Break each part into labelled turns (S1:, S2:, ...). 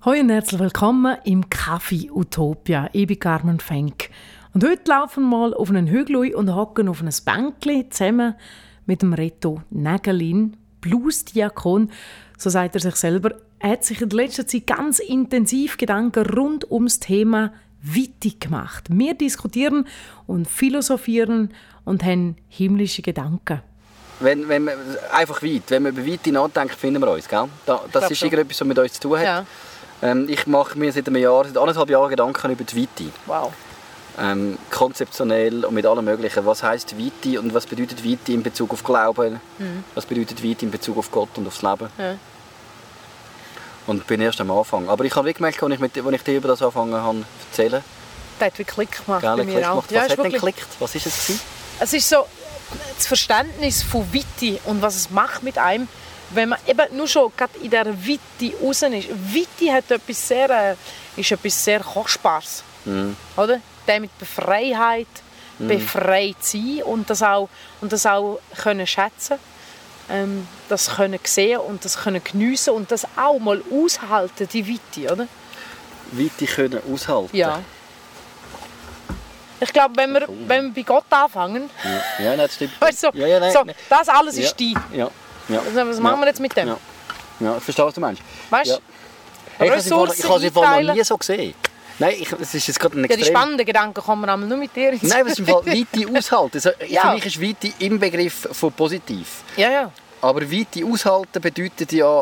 S1: Hallo und herzlich willkommen im Café Utopia. Ich bin Carmen Fenk. Und heute laufen wir mal auf einen Hügel und hocken auf ein Bänkli zusammen mit dem Reto Nägelin, Bluesdiakon. So sagt er sich selber. Er hat sich in der letzten Zeit ganz intensiv Gedanken rund ums Thema Weite gemacht. Wir diskutieren und philosophieren und haben himmlische Gedanken.
S2: Wenn man einfach weit, wenn man über Weite nachdenkt, finden wir uns, gell? Das ist irgendetwas, was mit uns zu tun hat.
S1: Ja.
S2: Ich mache mir seit 1,5 Jahren Gedanken über die Weite.
S1: Wow.
S2: Konzeptionell und mit allem Möglichen. Was heisst Weite und was bedeutet Weite in Bezug auf Glauben? Was bedeutet Weite in Bezug auf Gott und aufs Leben? Ja. Und bin erst am Anfang. Aber ich habe gemerkt, als ich dir über das angefangen habe zu erzählen.
S1: Das hat wirklich Klick gemacht
S2: bei
S1: mir auch.
S2: Was hat denn geklickt? Was war es?
S1: Es ist so das Verständnis von Weite und was es macht mit einem, wenn man eben nur schon in dieser Weite raus ist. Weite hat etwas sehr Kostbares. Oder? Der mit der Freiheit, befreit sein und das auch können schätzen, das können sehen und das können geniessen und das auch mal aushalten, die Weite, oder?
S2: Weite können aushalten?
S1: Ja. Ich glaube, wenn wir bei Gott anfangen,
S2: ja, das stimmt.
S1: Weißt du, das alles ist die.
S2: Ja.
S1: Was machen wir jetzt mit dem?
S2: Ja, ich verstehe, was du meinst.
S1: Weißt du?
S2: Ja. Hey, ich habe es noch nie so gesehen. Nein, es ist jetzt gerade ein Extrem.
S1: Die spannenden Gedanken kommen einmal nur mit dir.
S2: Nein, es ist im Fall Weite aushalten. Also, für mich ist Weite im Begriff von positiv.
S1: Ja.
S2: Aber Weite aushalten bedeutet ja...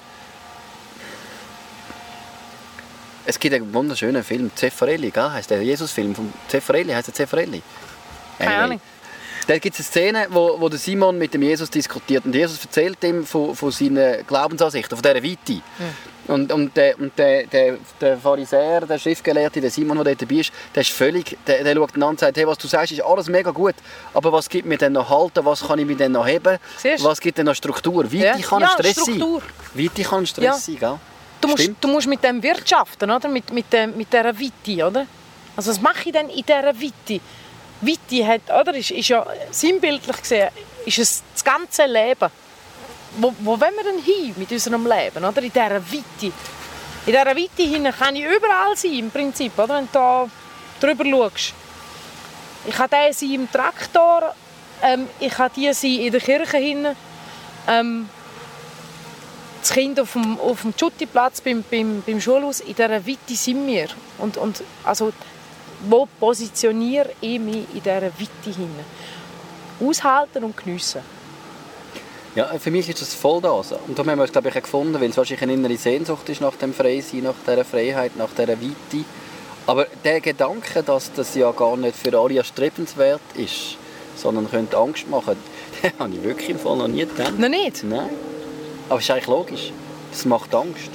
S2: Es gibt einen wunderschönen Film, Zeffirelli, heisst der Jesus-Film von Zeffirelli, heisst der Zeffirelli?
S1: Keine Ahnung.
S2: Da gibt es eine Szene, wo der Simon mit dem Jesus diskutiert und Jesus erzählt ihm von seinen Glaubensansichten, von dieser Weite. Und der Pharisäer, der Schriftgelehrte, der Simon, der dort dabei ist, der schaut ihn an und sagt, hey, was du sagst, ist alles mega gut, aber was gibt mir denn noch Halten, was kann ich mir denn noch heben, was gibt denn noch Struktur? Weite kann Stress sein. Weite kann Stress sein, gell?
S1: Du musst mit dem wirtschaften, oder? Mit dieser Weite, oder? Also was mache ich denn in dieser Weite? Weite hat, oder? Ist ja sinnbildlich gesehen, ist es das ganze Leben. Wo wollen wir denn hin mit unserem Leben, oder? In dieser Weite. In dieser Weite hinein kann ich überall sein, im Prinzip, oder? Wenn du da drüber schaust. Ich kann den sein im Traktor, ich kann die sein in der Kirche hinein, das Kind auf dem Schuttiplatz beim Schulhaus. In dieser Weite sind wir. Und also, wo positioniere ich mich in dieser Weite hinein? Aushalten und geniessen.
S2: Ja, für mich ist das voll das. Und da haben wir es, glaube ich, gefunden, weil es wahrscheinlich eine innere Sehnsucht ist nach dem Freisein, nach dieser Freiheit, nach dieser Weite. Aber der Gedanke, dass das ja gar nicht für alle erstrebenswert ist, sondern könnte Angst machen, den habe ich wirklich im Fall noch nie gedacht.
S1: Noch nicht?
S2: Nein. Aber es ist eigentlich logisch. Das macht Angst.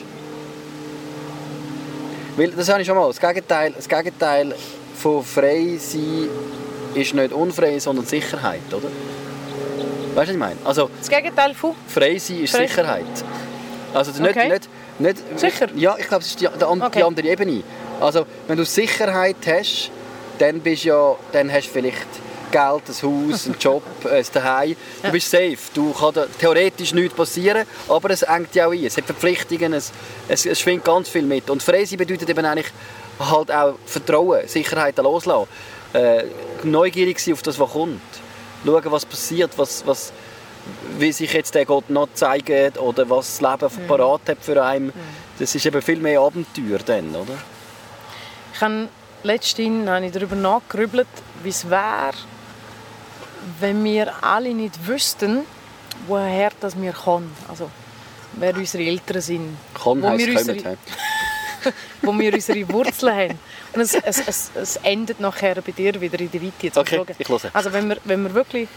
S2: Weil, das habe ich schon mal. Das Gegenteil von frei sein ist nicht unfrei, sondern Sicherheit, oder? Weißt du, was ich meine? Also,
S1: das Gegenteil von?
S2: Frei sein ist Sicherheit. Also nicht
S1: sicher?
S2: Ja, ich glaube, es ist die andere Ebene. Also, wenn du Sicherheit hast, dann hast du vielleicht Geld, ein Haus, einen Job, ein Zuhause. Du bist safe. Du kann theoretisch nichts passieren, aber es engt dich auch ein. Es hat Verpflichtungen, es schwingt ganz viel mit. Und frei sein bedeutet eben eigentlich halt auch Vertrauen, Sicherheit loslassen. Neugierig sein auf das, was kommt. Schauen, was passiert, wie sich jetzt der Gott noch zeigt oder was das Leben parat hat für einen. Das ist eben viel mehr Abenteuer dann, oder?
S1: Letztens habe ich darüber nachgegrübelt, wie es wäre, wenn wir alle nicht wüssten, woher das wir kommen. Also, wer unsere Eltern sind.
S2: Kommen heisst kommen.
S1: Wo wir unsere Wurzeln haben. Und es endet nachher bei dir wieder in der Weite. Jetzt
S2: okay, ich höre.
S1: Also wenn wir wirklich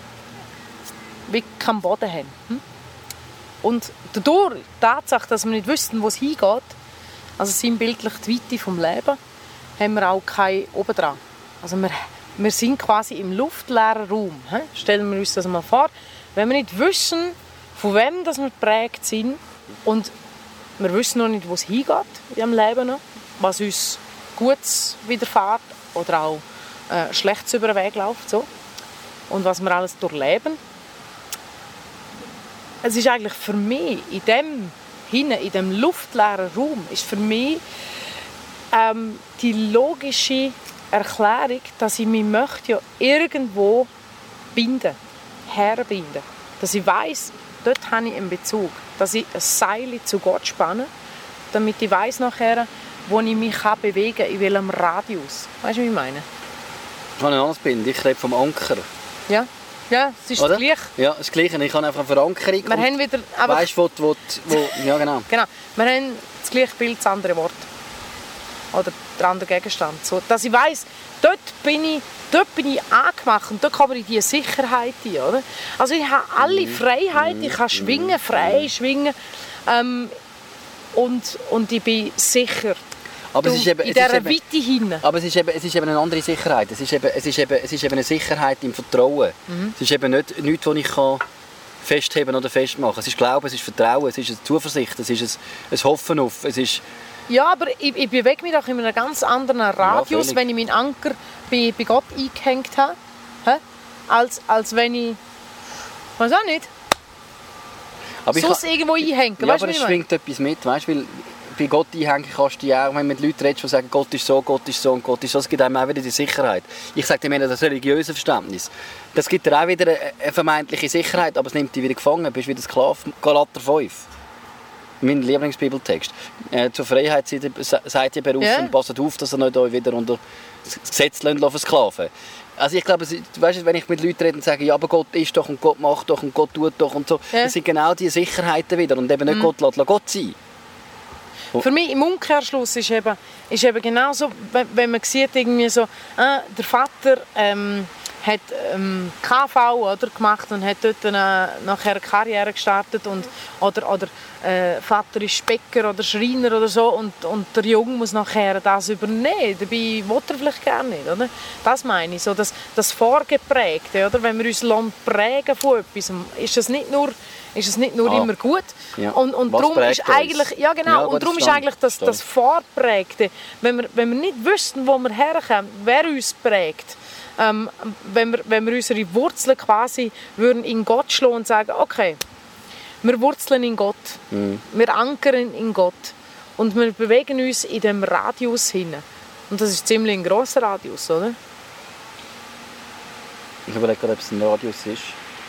S1: keinen Boden haben. Und dadurch, die Tatsache, dass wir nicht wüssten, wo es hingeht, also sinnbildlich die Weite vom Leben, haben wir auch keinen obendran. Also wir sind quasi im luftleeren Raum. Stellen wir uns das mal vor. Wenn wir nicht wissen, von wem das wir geprägt sind und wir wissen noch nicht, wo es hingeht in diesem Leben noch, was uns Gutes widerfährt oder auch Schlechtes über den Weg läuft. So. Und was wir alles durchleben. Es ist eigentlich für mich in dem hinten in dem luftleeren Raum ist für mich die logische Erklärung, dass ich mich möchte ja irgendwo binden, herbinden. Dass ich weiss, dort habe ich einen Bezug. Dass ich ein Seil zu Gott spanne, damit ich weiss nachher, wo ich mich bewegen kann, in welchem Radius. Weißt du, was ich meine?
S2: Ich habe ein anderes Bild. Ich rede vom Anker.
S1: Ja, es ist
S2: Oder?
S1: das Gleiche.
S2: Ja, das Gleiche. Ich habe einfach eine Verankerung.
S1: Wir haben wieder...
S2: Weißt du, wo... Ja, genau.
S1: Genau. Wir haben das gleiche Bild, das andere Wort. Oder der andere Gegenstand. So, dass ich weiss, dort bin ich angemacht und dort komme ich in diese Sicherheit ein. Oder? Also ich habe alle Freiheit, ich kann schwingen, frei schwingen. Und ich bin sicher.
S2: Aber es ist eben,
S1: in dieser Weite hinein.
S2: Aber es ist eben eine andere Sicherheit. Es ist eben eine Sicherheit im Vertrauen. Es ist eben nichts, was ich festheben oder festmachen kann. Es ist Glauben, es ist Vertrauen, es ist eine Zuversicht, es ist ein Hoffen auf. Es ist
S1: ja, aber ich bewege mich doch in einem ganz anderen Radius, wenn ich meinen Anker bei Gott eingehängt habe, als wenn ich... weiß auch nicht. Aber sonst irgendwo einhängen.
S2: Ja, aber es schwingt etwas mit, weißt, weil bei Gott einhängen kannst du ja auch, wenn du mit Leuten redest, die sagen, Gott ist so und Gott ist so, es gibt einem auch wieder die Sicherheit. Ich sage dir, das religiöse Verständnis, das gibt dir auch wieder eine vermeintliche Sicherheit, aber es nimmt dich wieder gefangen, du bist wieder Sklave. Galater 5. Mein Lieblingsbibeltext. Zur Freiheit seid ihr berufen, yeah. Passt auf, dass ihr nicht euch wieder unter das Gesetz versklaven. Also ich glaube, weißt, wenn ich mit Leuten rede und sage, ja, aber Gott ist doch und Gott macht doch und Gott tut doch und so, yeah. Das sind genau diese Sicherheiten wieder und eben nicht Gott lässt Gott sein.
S1: Für mich im Umkehrschluss ist eben genauso, wenn man sieht, irgendwie so, der Vater hat KV oder, gemacht und hat dort nachher eine Karriere gestartet oder Vater ist Bäcker oder Schreiner oder so und der Junge muss nachher das übernehmen. Dabei will er vielleicht gar nicht, oder? Das meine ich, so das Vorgeprägte, oder? Wenn wir uns prägen von etwas, ist es nicht nur immer gut. Ja. Und darum ist eigentlich, ja genau, und darum ist eigentlich das Vorprägte, wenn wir nicht wüssten, wo wir herkommen, wer uns prägt, wenn wir unsere Wurzeln quasi würden in Gott schlagen und sagen, okay, wir wurzeln in Gott, wir ankern in Gott und wir bewegen uns in dem Radius hin. Und das ist ziemlich ein grosser Radius, oder?
S2: Ich überlege gerade, ob es ein Radius ist.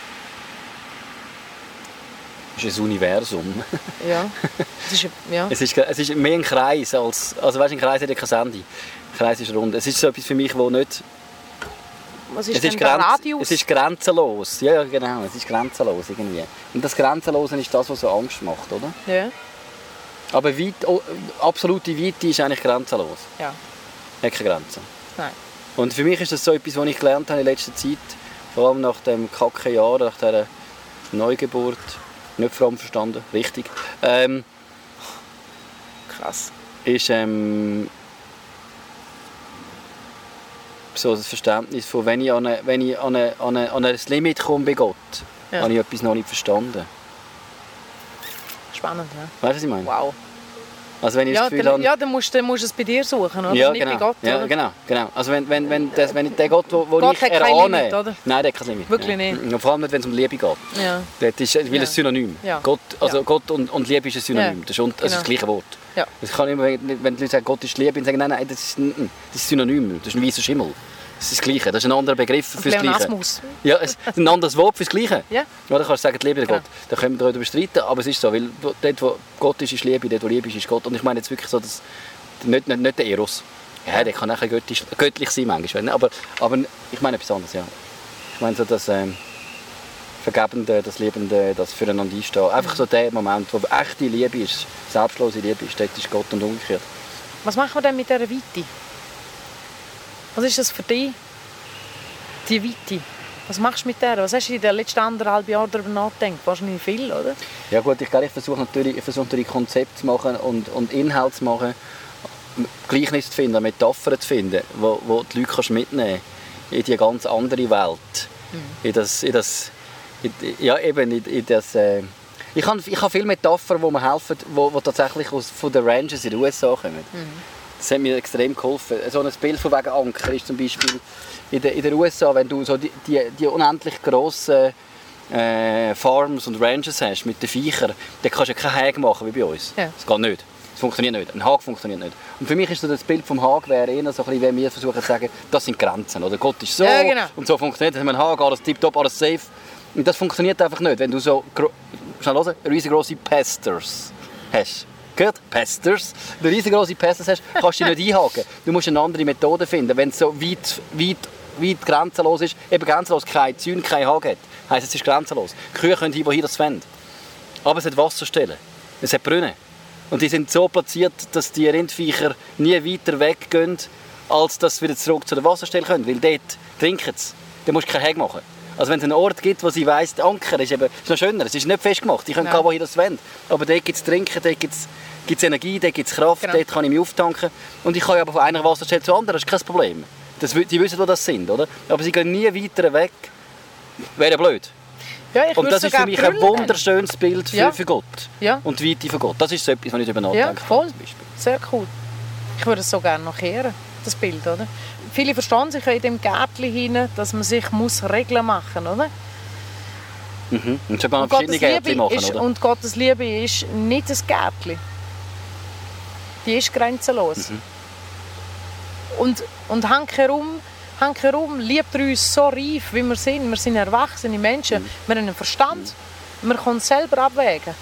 S2: Es ist ein Universum.
S1: Ja.
S2: Es ist mehr ein Kreis als... Also weißt, ein Kreis hat ja kein Ende. Ein Kreis ist rund. Es ist so etwas für mich, wo nicht...
S1: Was ist denn der Radius?
S2: Es ist grenzenlos. Ja, genau. Es ist grenzenlos irgendwie. Und das Grenzenlose ist das, was so Angst macht, oder?
S1: Ja.
S2: Aber absolute Weite ist eigentlich grenzenlos.
S1: Ja.
S2: Hat keine Grenzen.
S1: Nein.
S2: Und für mich ist das so etwas, was ich gelernt habe in letzter Zeit, vor allem nach dem kacken Jahr, nach dieser Neugeburt, nicht fromm verstanden, richtig,
S1: krass.
S2: Ist so das Verständnis von, wenn ich an ein Limit komme bei Gott, ja. Habe ich etwas noch nicht verstanden.
S1: Spannend, ja.
S2: Weißt du, was ich meine?
S1: Wow.
S2: Also wenn ich das Gefühl habe,
S1: dann musst du es bei dir suchen, oder?
S2: Ja,
S1: nicht
S2: genau.
S1: bei Gott.
S2: Ja,
S1: oder?
S2: Genau. Also wenn der Gott, wo
S1: Gott
S2: ich
S1: hat
S2: erahne...
S1: kein Limit, oder?
S2: Nein, der hat kein Limit.
S1: Wirklich nicht.
S2: Und vor allem nicht, wenn es um Liebe geht.
S1: Ja.
S2: Das ist ein Synonym.
S1: Ja.
S2: Gott und Liebe ist ein Synonym.
S1: Ja.
S2: Das ist das gleiche Wort.
S1: Ja.
S2: Das kann immer, wenn die Leute sagen, Gott ist Liebe, und sagen, nein, das ist Synonym. Das ist ein weißer Schimmel. Das ist das Gleiche. Das ist ein anderer Begriff für das Gleiche. Ja, es ist ein anderes Wort für das Gleiche.
S1: Ja.
S2: Ja, dann kannst du sagen, die Liebe der Gott. Da können wir darüber streiten, aber es ist so, weil dort, wo Gott ist Liebe, dort, wo Liebe ist Gott. Und ich meine jetzt wirklich so, dass nicht der Eros. Ja, der kann auch göttlich sein manchmal. Aber ich meine etwas anderes, ja. Ich meine so das Vergebende, das Liebende, das Füreinander einstehen. Einfach so der Moment, wo echte Liebe ist, selbstlose Liebe ist, dort ist Gott und umgekehrt.
S1: Was machen wir denn mit dieser Weite? Was ist das für dich, die Weite? Was machst du mit der? Was hast du in den letzten 1,5 Jahren darüber nachgedacht? Wahrscheinlich viel, oder?
S2: Ja gut, ich versuche natürlich Konzepte zu machen und Inhalte zu machen, Gleichnis zu finden, Metaphern zu finden, wo die Leute mitnehmen kannst in die ganz andere Welt. Ich habe viele Metaphern, die mir helfen, die tatsächlich von den Ranches in den USA kommen. Das hat mir extrem geholfen. So ein Bild von wegen Anker ist zum Beispiel in den USA, wenn du so die unendlich grossen Farms und Ranches hast, mit den Viechern, dann kannst du ja keinen Hag machen wie bei uns.
S1: Ja.
S2: Das geht nicht. Das funktioniert nicht. Ein Hag funktioniert nicht. Und für mich ist so das Bild vom Hag wäre eher so ein bisschen, wenn wir versuchen zu sagen, das sind Grenzen. Oder Gott ist so und so funktioniert. Dann haben wir einen Hag, alles tipptopp, alles safe. Und das funktioniert einfach nicht, wenn du so riesengroße Pesters hast. Gehört? Pesters. Wenn du riesengroße Pesters hast, kannst du dich nicht einhaken. Du musst eine andere Methode finden. Wenn es so weit grenzenlos ist, eben grenzenlos, kein Zäune, kein Hag hat, heisst es ist grenzenlos. Die Kühe können hin, wohin das wollen. Aber es hat Wasserstellen. Es hat Brunnen. Und die sind so platziert, dass die Rindviecher nie weiter weggehen, als dass sie wieder zurück zu der Wasserstelle können. Weil dort trinken sie. Dann musst du keinen Heg machen. Also wenn es einen Ort gibt, wo sie weiss, der Anker ist noch schöner. Es ist nicht festgemacht. Die können gehen, wohin das wollen. Aber dort gibt es Trinken, dort gibt es Energie, dort gibt es Kraft, dort kann ich mich auftanken. Und ich kann ja aber von einer Wasserstelle zur anderen, das ist kein Problem. Die wissen, wo das sind, oder? Aber sie gehen nie weiter weg. Wäre blöd.
S1: Ja,
S2: und das ist für mich ein wunderschönes Bild für Gott.
S1: Ja.
S2: Und die Weite von Gott. Das ist so etwas, was ich darüber nachdenke.
S1: Ja, voll. Sehr cool. Ich würde es so gerne noch kehren, das Bild, oder? Viele verstehen sich ja in dem Gärtchen hinein, dass man sich Regeln machen muss, oder?
S2: Mhm. Und so kann man verschiedene Gärtchen machen, oder? Und
S1: Gottes Liebe ist nicht ein Gärtchen. Die ist grenzenlos. Mhm. Und hankerum liebt er uns so reif, wie wir sind. Wir sind erwachsene Menschen. Wir haben einen Verstand. Wir können selber abwägen.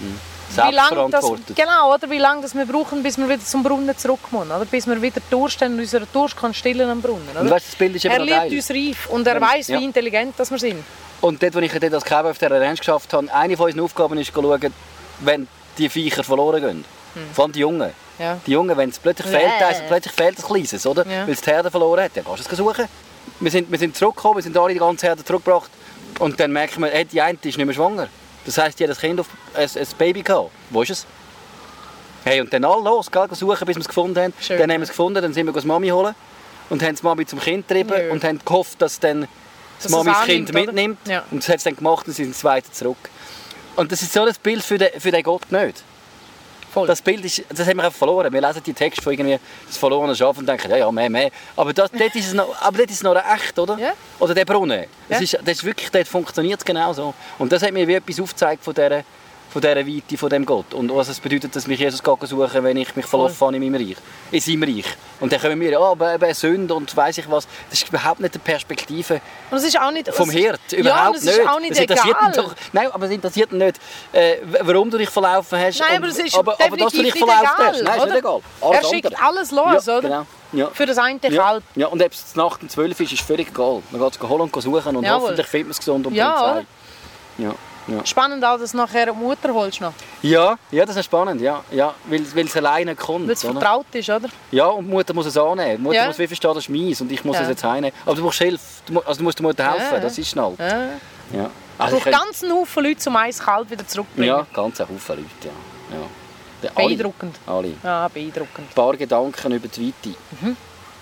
S1: Wie lange wir brauchen, bis wir wieder zum Brunnen zurück müssen. Oder? Bis wir wieder durchstehen und unseren Durst stillen am Brunnen. Oder?
S2: Und weißt, das Bild ist
S1: er liebt uns reif und er weiss, wie intelligent wir sind.
S2: Und dort, wo ich als Cowboy auf dieser Ranch geschafft habe, eine von unseren Aufgaben ist, zu schauen, wenn die Viecher verloren gehen. Vor allem die Jungen. Ja. Die Jungen, wenn es plötzlich fehlt ein Kleines, oder? Ja. Weil es die Herde verloren hat, dann gehst du es suchen. Wir sind zurückgekommen, wir sind alle die ganze Herde zurückgebracht. Und dann merken wir, die eine ist nicht mehr schwanger. Das heisst, die hat ein Baby gehabt. Wo ist es? Hey, und dann alle los, suchen, bis wir es gefunden haben. Schön, dann haben wir es gefunden, dann sind wir die Mami holen. Und haben die Mami zum Kind getrieben und haben gehofft, dass dann die Mami das Kind mitnimmt. Ja. Und das hat es dann gemacht und sie sind weiter zurück. Und das ist so das Bild für den Gott nicht. Voll. Das Bild das haben wir einfach verloren. Wir lesen die Texte von irgendwie das verlorene Schaf und denken, ja, mehr. Aber dort ist es noch echt, oder? Ja. Oder der Brunnen. Das ist wirklich, dort funktioniert es genau so. Und das hat mir wie etwas aufgezeigt von dieser Weite, von dem Gott. Und was es bedeutet, dass mich Jesus suchen, wenn ich mich verlaufen habe in seinem Reich. Und dann kommen wir, aber Sünde und weiss ich was. Das ist überhaupt nicht die Perspektive vom Hirt. Überhaupt nicht.
S1: Auch nicht egal.
S2: Nein, aber es interessiert ihn nicht, warum du dich verlaufen hast.
S1: Nein, aber es ist
S2: aber dass du dich verlaufen hast. Nein, ist nicht egal.
S1: Er schickt alles los, oder? Genau. Ja. Für das eine Kalb.
S2: Ja, und ob es Nacht um 12 ist völlig egal. Man geht es holen und suchen und hoffentlich findet man es gesund und Polizei. Ja. Ja. Spannend auch, dass du nachher eine Mutter holst noch. Ja, das ist spannend, ja, weil es alleine kommt.
S1: Weil es vertraut ist, oder?
S2: Ja, und die Mutter muss es annehmen. Die Mutter muss wie verstehen, das ist meins und ich muss es jetzt heimnehmen. Aber du brauchst Hilfe, du musst der Mutter helfen, das ist schnell. Ja.
S1: Also du brauchst ganz einen Haufen Leute, um ein Kalb wieder zurückzubringen.
S2: Ja, ganz einen Haufen Leute, ja.
S1: Beeindruckend.
S2: Alle.
S1: Ja, beeindruckend.
S2: Ein paar Gedanken über die Weite.
S1: Mhm.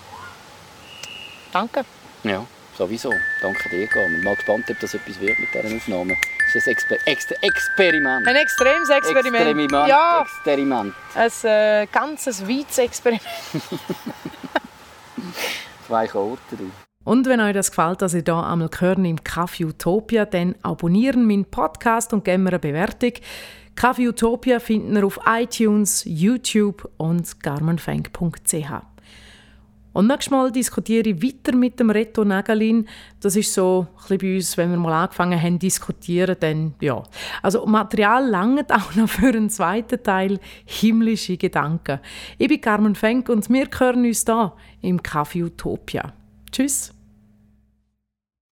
S1: Danke.
S2: Ja, sowieso. Danke dir, Gabi. Ich bin mal gespannt, ob das etwas wird mit dieser Aufnahme. Das ist ein Experiment.
S1: Ein extremes Experiment. Ja.
S2: Experiment.
S1: Ein ganzes weites Experiment.
S2: 2 Orte drin.
S3: Und wenn euch das gefällt, dass ihr hier einmal hören im Kaffee Utopia, dann abonnieren meinen Podcast und geben mir eine Bewertung. Kaffee Utopia findet ihr auf iTunes, YouTube und garmenfeng.ch. Und nächstes Mal diskutiere ich weiter mit dem Reto Nägelin. Das ist so ein bisschen bei uns, wenn wir mal angefangen haben zu diskutieren, dann ja. Also Material langt auch noch für einen zweiten Teil himmlische Gedanken. Ich bin Carmen Fenk und wir hören uns hier im Kaffee Utopia. Tschüss.